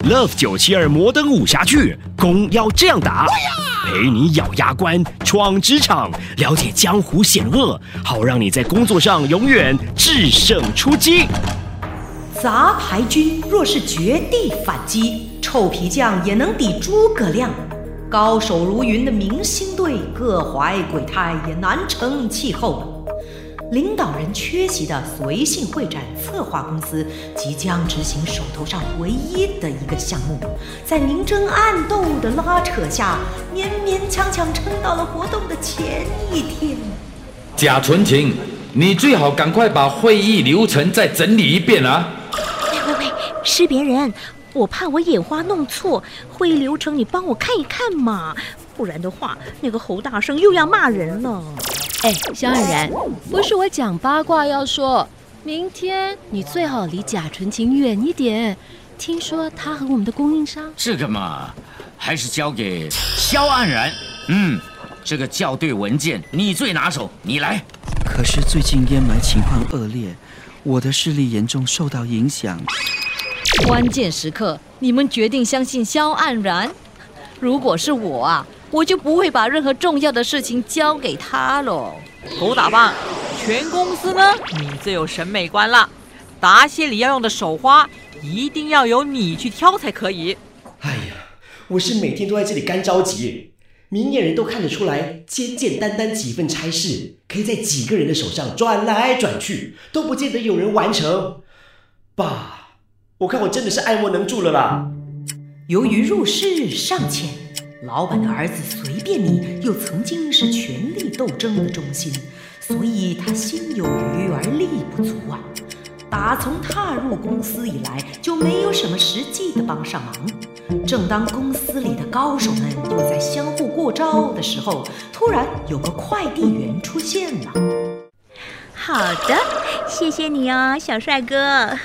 Love 972摩登武侠剧，攻要这样打，陪你咬牙关，闯职场，了解江湖险恶，好让你在工作上永远制胜出击。 杂牌军若是绝地反击，臭皮匠也能抵诸葛亮。高手如云的明星队，各怀鬼胎，也难成气候了。领导人缺席的随性会展策划公司即将执行手头上唯一的一个项目，在明争暗斗的拉扯下，勉勉强强撑到了活动的前一天。 贾纯情，你最好赶快把会议流程再整理一遍啊！ 喂，是别人，我怕我眼花弄错，会议流程你帮我看一看嘛，不然的话，那个侯大生又要骂人了。 萧安然，不是我讲八卦要说，明天你最好离贾纯情远一点。听说他和我们的供应商， 这个嘛，还是交给萧安然。这个校对文件你最拿手，你来。 可是最近烟霾情况恶劣，我的视力严重受到影响。 关键时刻，你们决定相信萧安然？如果是我啊，我就不会把任何重要的事情交给他了。 狗打棒，全公司呢，你最有审美观了。答谢里要用的手花，一定要由你去挑才可以。 哎呀，我是每天都在这里干着急。明眼人都看得出来，简简单单几份差事，可以在几个人的手上转来转去，都不见得有人完成。爸，我看我真的是爱莫能助了啦。 由于入世尚浅，老板的儿子随便你又曾经是权力斗争的中心，所以他心有余而力不足啊。打从踏入公司以来，就没有什么实际的帮上忙。正当公司里的高手们又在相互过招的时候，突然有个快递员出现了。 好的，谢谢你哦，小帅哥。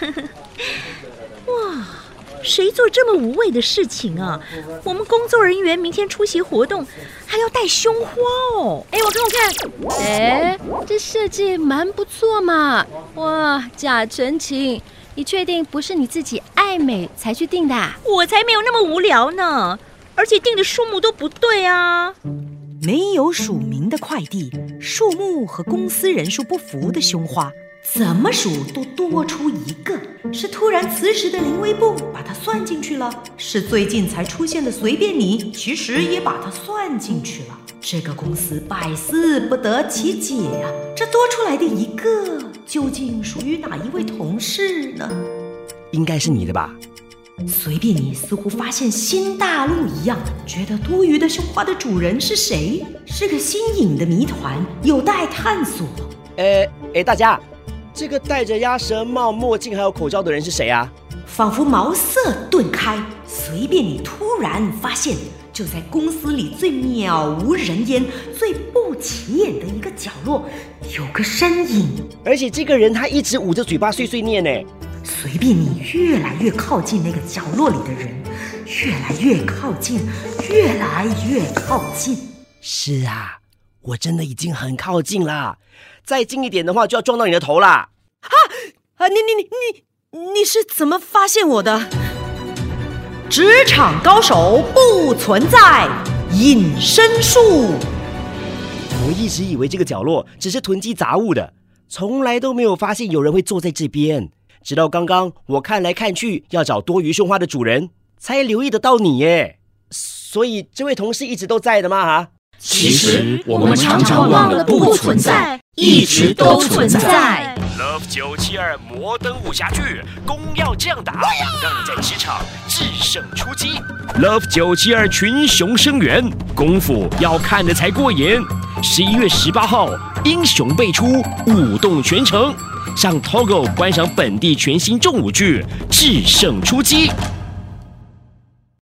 哇，谁做这么无谓的事情啊？我们工作人员明天出席活动，还要戴胸花哦。 我看，这设计蛮不错嘛。哇，贾纯情，你确定不是你自己爱美才去订的啊？ 我才没有那么无聊呢，而且订的数目都不对啊。 没有署名的快递，数目和公司人数不符的胸花，怎么数都多出一个。是突然辞职的林微步把它算进去了，是最近才出现的随便你其实也把它算进去了。这个公司百思不得其解啊，这多出来的一个究竟属于哪一位同事呢？ 应该是你的吧。 随便你似乎发现新大陆一样，觉得多余的胸花的主人是谁？是个新颖的谜团，有待探索。 大家，这个戴着鸭舌帽、墨镜还有口罩的人是谁啊？ 仿佛茅塞顿开，随便你突然发现，就在公司里最渺无人烟、最不起眼的一个角落，有个身影。 而且这个人他一直捂着嘴巴碎碎念呢。 随便你越来越靠近那个角落里的人，越来越靠近，越来越靠近。 是啊，我真的已经很靠近了，再近一点的话就要撞到你的头啦。 你是怎么发现我的？职场高手不存在，隐身术。 我一直以为这个角落只是囤积杂物的，从来都没有发现有人会坐在这边。直到刚刚我看来看去要找多余胸花的主人，才留意得到你耶。所以这位同事一直都在的吗？ 其实我们常常忘了不存在，一直都存在。 Love 972摩登武侠剧，攻要这样打，让你在职场制胜出击。Love 972群雄生源，功夫要看得才过瘾。11月18号，英雄辈出，舞动全城。上 Togo 观赏本地全新重武剧《制胜出击》。